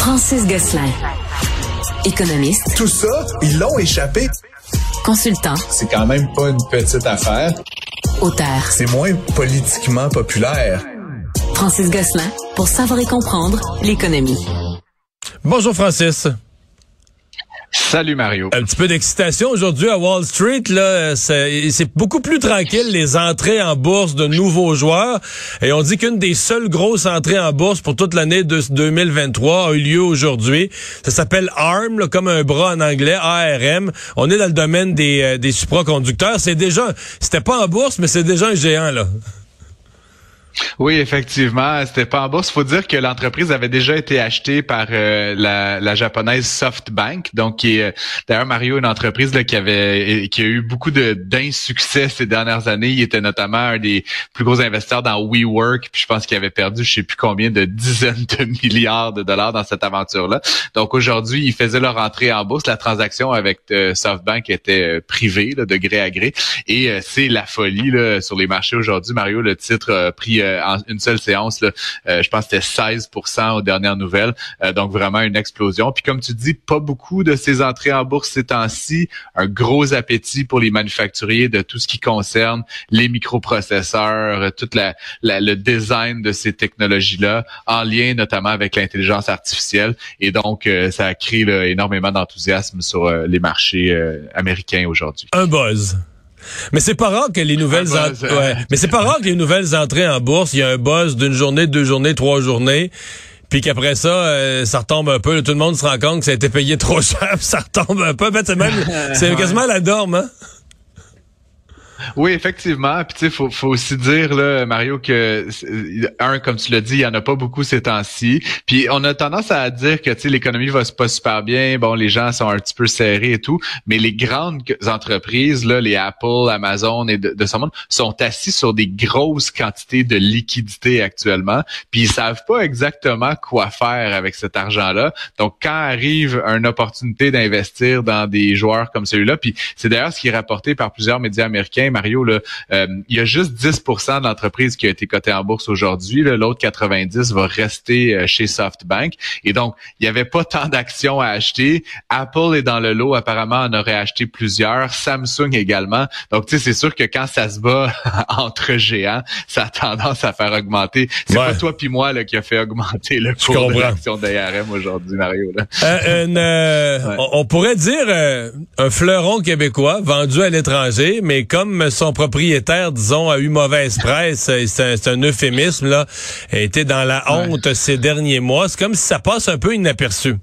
Francis Gosselin. Économiste. Tout ça, ils l'ont échappé. Consultant. C'est quand même pas une petite affaire. Auteur. C'est moins politiquement populaire. Francis Gosselin, pour savoir et comprendre l'économie. Bonjour Francis. Salut Mario. Un petit peu d'excitation aujourd'hui à Wall Street. Là, c'est beaucoup plus tranquille les entrées en bourse de nouveaux joueurs. Et on dit qu'une des seules grosses entrées en bourse pour toute l'année de 2023 a eu lieu aujourd'hui. Ça s'appelle ARM, là, comme un bras en anglais, ARM. On est dans le domaine des supraconducteurs. C'était pas en bourse, mais c'est déjà un géant là. Oui, effectivement, c'était pas en bourse. Faut dire que l'entreprise avait déjà été achetée par la japonaise SoftBank, donc qui est d'ailleurs Mario, une entreprise là, qui a eu beaucoup d'insuccès ces dernières années. Il était notamment un des plus gros investisseurs dans WeWork, puis je pense qu'il avait perdu je sais plus combien de dizaines de milliards de dollars dans cette aventure-là. Donc aujourd'hui, ils faisaient leur entrée en bourse. La transaction avec SoftBank était privée là, de gré à gré, et c'est la folie là, sur les marchés aujourd'hui. Mario, le titre a pris en une seule séance, là, je pense que c'était 16% aux dernières nouvelles. Donc vraiment une explosion. Puis comme tu dis, pas beaucoup de ces entrées en bourse ces temps-ci. Un gros appétit pour les manufacturiers de tout ce qui concerne les microprocesseurs, tout le design de ces technologies-là, en lien notamment avec l'intelligence artificielle. Et donc, ça a créé là, énormément d'enthousiasme sur les marchés américains aujourd'hui. Un buzz. Mais c'est pas rare que les nouvelles mais c'est pas rare que les nouvelles entrées en bourse, il y a un buzz d'une journée, 2 journées, 3 journées, puis qu'après ça, ça retombe un peu. Tout le monde se rend compte que ça a été payé trop cher, puis ça retombe un peu. C'est quasiment la norme, hein? Oui, effectivement. Puis tu sais, faut aussi dire là, Mario, que comme tu l'as dit, il y en a pas beaucoup ces temps-ci. Puis on a tendance à dire que tu sais l'économie va pas super bien. Bon, les gens sont un petit peu serrés et tout, mais les grandes entreprises là, les Apple, Amazon et de ce monde sont assis sur des grosses quantités de liquidités actuellement. Puis ils savent pas exactement quoi faire avec cet argent-là. Donc quand arrive une opportunité d'investir dans des joueurs comme celui-là, puis c'est d'ailleurs ce qui est rapporté par plusieurs médias américains. Mario, là, il y a juste 10% de l'entreprise qui a été cotée en bourse aujourd'hui. L'autre 90% va rester chez SoftBank. Et donc, il n'y avait pas tant d'actions à acheter. Apple est dans le lot. Apparemment, on aurait acheté plusieurs. Samsung également. Donc, tu sais, c'est sûr que quand ça se bat entre géants, ça a tendance à faire augmenter. C'est pas toi puis moi là, qui a fait augmenter le cours de l'action d'ARM aujourd'hui, Mario. Là. On pourrait dire un fleuron québécois vendu à l'étranger, mais comme son propriétaire, disons, a eu mauvaise presse, c'est un euphémisme, là, a été dans la honte ces derniers mois. C'est comme si ça passe un peu inaperçu.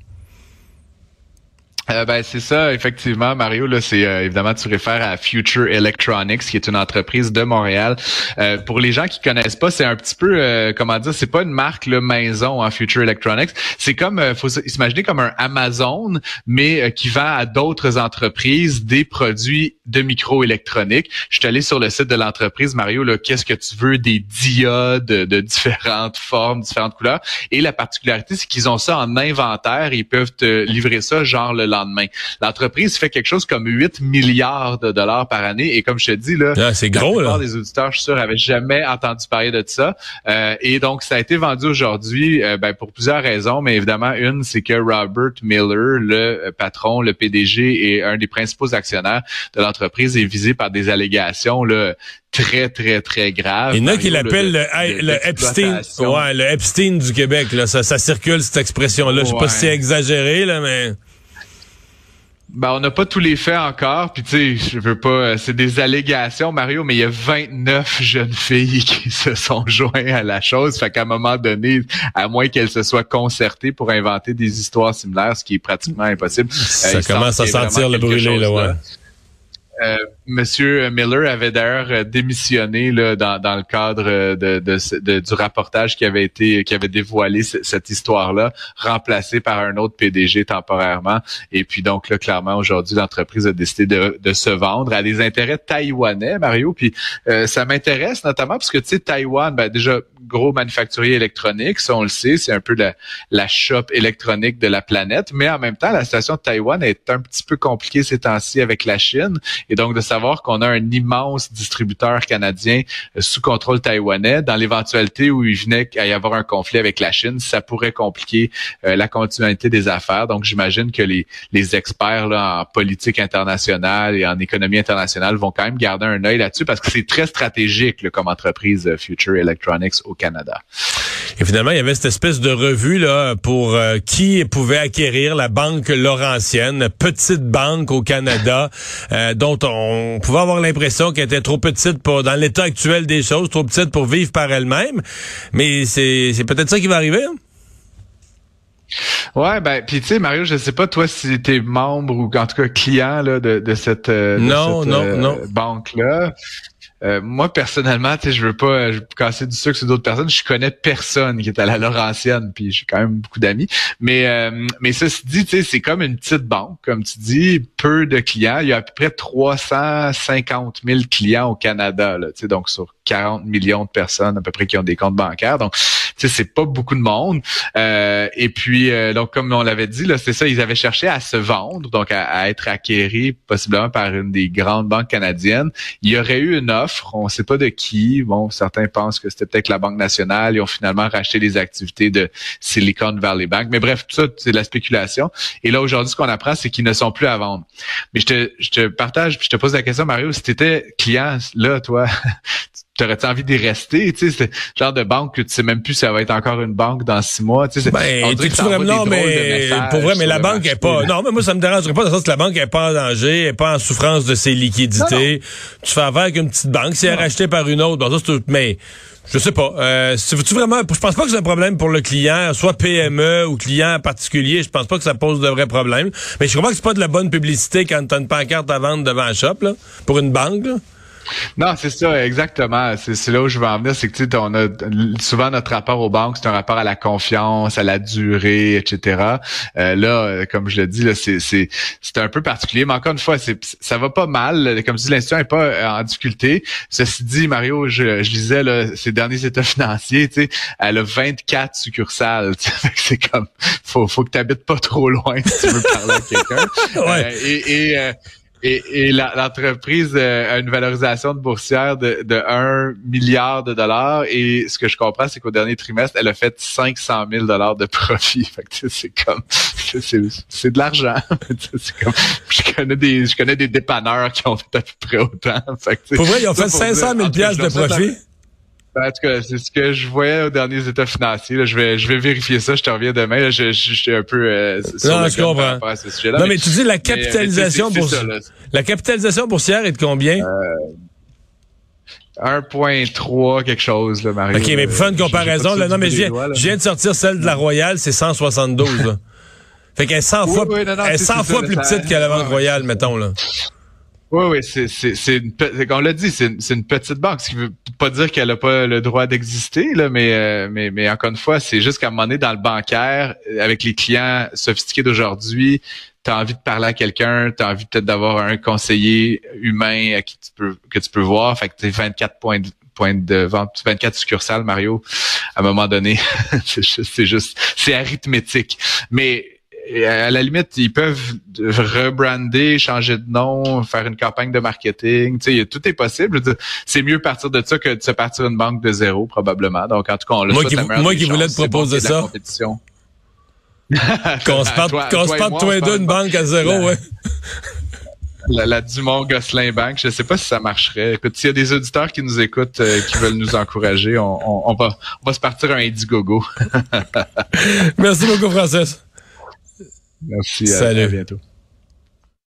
C'est ça, effectivement, Mario. Là, c'est évidemment tu réfères à Future Electronics, qui est une entreprise de Montréal. Pour les gens qui connaissent pas, c'est un petit peu comment dire, c'est pas une marque là, maison en Future Electronics. C'est comme faut s'imaginer comme un Amazon, mais qui vend à d'autres entreprises des produits de microélectronique. Je suis allé sur le site de l'entreprise, Mario. Là, qu'est-ce que tu veux? Des diodes de différentes formes, différentes couleurs. Et la particularité, c'est qu'ils ont ça en inventaire. Ils peuvent te livrer ça genre le lendemain. L'entreprise fait quelque chose comme 8 milliards de dollars par année. Et comme je te dis, là, c'est gros, la plupart des auditeurs, je suis sûr, avaient jamais entendu parler de ça. Et donc, ça a été vendu aujourd'hui pour plusieurs raisons. Mais évidemment, une, c'est que Robert Miller, le patron, le PDG et un des principaux actionnaires de l'entreprise, est visé par des allégations là, très, très, très graves. Il y en a qui l'appellent le Epstein. Ouais, le Epstein du Québec. Là, ça circule, cette expression-là. Je sais pas si c'est exagéré, là, mais... On n'a pas tous les faits encore, puis tu sais, je veux pas, c'est des allégations, Mario, mais il y a 29 jeunes filles qui se sont joints à la chose, fait qu'à un moment donné, à moins qu'elles se soient concertées pour inventer des histoires similaires, ce qui est pratiquement impossible. Ça commence à sentir le brûlé, là, ouais. Monsieur Miller avait d'ailleurs démissionné là dans le cadre du rapportage qui avait dévoilé cette histoire-là, remplacé par un autre PDG temporairement. Et puis donc là, clairement, aujourd'hui, l'entreprise a décidé de se vendre à des intérêts taïwanais, Mario. Puis ça m'intéresse notamment parce que tu sais, Taïwan, déjà gros manufacturier électronique, ça on le sait, c'est un peu la shop électronique de la planète. Mais en même temps, la situation de Taïwan est un petit peu compliquée ces temps-ci avec la Chine. Et donc de savoir qu'on a un immense distributeur canadien sous contrôle taïwanais. Dans l'éventualité où il venait à y avoir un conflit avec la Chine, ça pourrait compliquer la continuité des affaires. Donc, j'imagine que les experts là, en politique internationale et en économie internationale vont quand même garder un œil là-dessus parce que c'est très stratégique là, comme entreprise Future Electronics au Canada. Et finalement, il y avait cette espèce de revue là pour qui pouvait acquérir la banque Laurentienne, petite banque au Canada, dont on pouvait avoir l'impression qu'elle était trop petite pour dans l'état actuel des choses, trop petite pour vivre par elle-même. Mais c'est peut-être ça qui va arriver. Hein? Ouais, ben, puis tu sais, Mario, je sais pas toi si t'es membre ou en tout cas client là de cette banque-là. Moi, personnellement, tu sais, je veux pas casser du sucre sur d'autres personnes. Je connais personne qui est à la Laurentienne, puis j'ai quand même beaucoup d'amis. Mais ceci dit, tu sais, c'est comme une petite banque, comme tu dis, peu de clients. Il y a à peu près 350 000 clients au Canada, là, tu sais, donc sur 40 millions de personnes à peu près qui ont des comptes bancaires. Donc, tu sais, c'est pas beaucoup de monde. Et puis, donc, comme on l'avait dit, là, c'est ça, ils avaient cherché à se vendre, donc à être acquéris possiblement par une des grandes banques canadiennes. Il y aurait eu une offre, on ne sait pas de qui. Bon, certains pensent que c'était peut-être la Banque nationale. Ils ont finalement racheté les activités de Silicon Valley Bank. Mais bref, tout ça, c'est de la spéculation. Et là, aujourd'hui, ce qu'on apprend, c'est qu'ils ne sont plus à vendre. Mais je te partage, puis je te pose la question, Mario, si tu étais client, là, toi, t'aurais-tu envie d'y rester? Tu sais, c'est le genre de banque que tu sais même plus si ça va être encore une banque dans 6 mois. Tu sais, on dirait que tu vraiment, non, mais pour vrai, mais la banque est pas. Non, mais moi, ça me dérangerait pas dans le sens que la banque est pas en danger, elle est pas en souffrance de ses liquidités. Non. Tu fais affaire avec une petite banque, si elle est rachetée par une autre, bon, ça, c'est tout, mais je sais pas. Tu vraiment, je pense pas que c'est un problème pour le client, soit PME ou client particulier. Je pense pas que ça pose de vrais problèmes. Mais je comprends que c'est pas de la bonne publicité quand t'as une pancarte à vendre devant un shop, là, pour une banque, là. Non, c'est ça, exactement. C'est là où je veux en venir, c'est que tu sais, on a souvent notre rapport aux banques, c'est un rapport à la confiance, à la durée, etc. Là, comme je le dis, là, c'est un peu particulier, mais encore une fois, ça va pas mal. Comme tu dis, l'institution est pas en difficulté. Ceci dit, Mario, je lisais là, ses derniers états financiers, tu sais, elle a 24 succursales. C'est comme, faut que tu habites pas trop loin si tu veux parler à quelqu'un. Ouais. Et l'entreprise a une valorisation de boursière de 1 milliard de dollars. Et ce que je comprends, c'est qu'au dernier trimestre, elle a fait 500 000 dollars de profit. Fait que c'est comme, c'est de l'argent. C'est comme, je connais des dépanneurs qui ont fait à peu près autant. Fait que, pour vrai, ils ont fait 500 000 piastres de profit? En tout cas, c'est ce que je voyais aux derniers états financiers. Là, je vais vérifier ça. Je te reviens demain. Là, je suis un peu sur non, le je comprends. à ce sujet-là. Non, mais tu dis la capitalisation boursière. La capitalisation boursière est de combien? 1,3 quelque chose, là, Mario. OK, mais pour faire une comparaison, là, non, mais je viens de sortir celle de la Royale, c'est 172, là. Fait qu'elle est 100 fois, elle est 100 fois plus petite que la Banque Royale, mettons, là. Oui, on l'a dit, c'est une petite banque, ce qui veut pas dire qu'elle a pas le droit d'exister, là, mais encore une fois, c'est juste qu'à un moment donné, dans le bancaire, avec les clients sophistiqués d'aujourd'hui, t'as envie de parler à quelqu'un, t'as envie peut-être d'avoir un conseiller humain à qui que tu peux voir, fait que t'es 24 points de vente, 24 succursales, Mario, à un moment donné, c'est arithmétique. Mais à la limite, ils peuvent rebrander, changer de nom, faire une campagne de marketing. Tu sais, tout est possible. C'est mieux partir de ça que de se partir une banque de zéro, probablement. Donc, en tout cas, on l'a moi qui voulais te proposer ça. Qu'on se parte toi et deux une banque à zéro, ouais. La Dumont-Gosselin Bank, je sais pas si ça marcherait. Écoute, s'il y a des auditeurs qui nous écoutent, qui veulent nous encourager, on va se partir un Indiegogo. Merci beaucoup, Francis. Merci. Salut. À bientôt.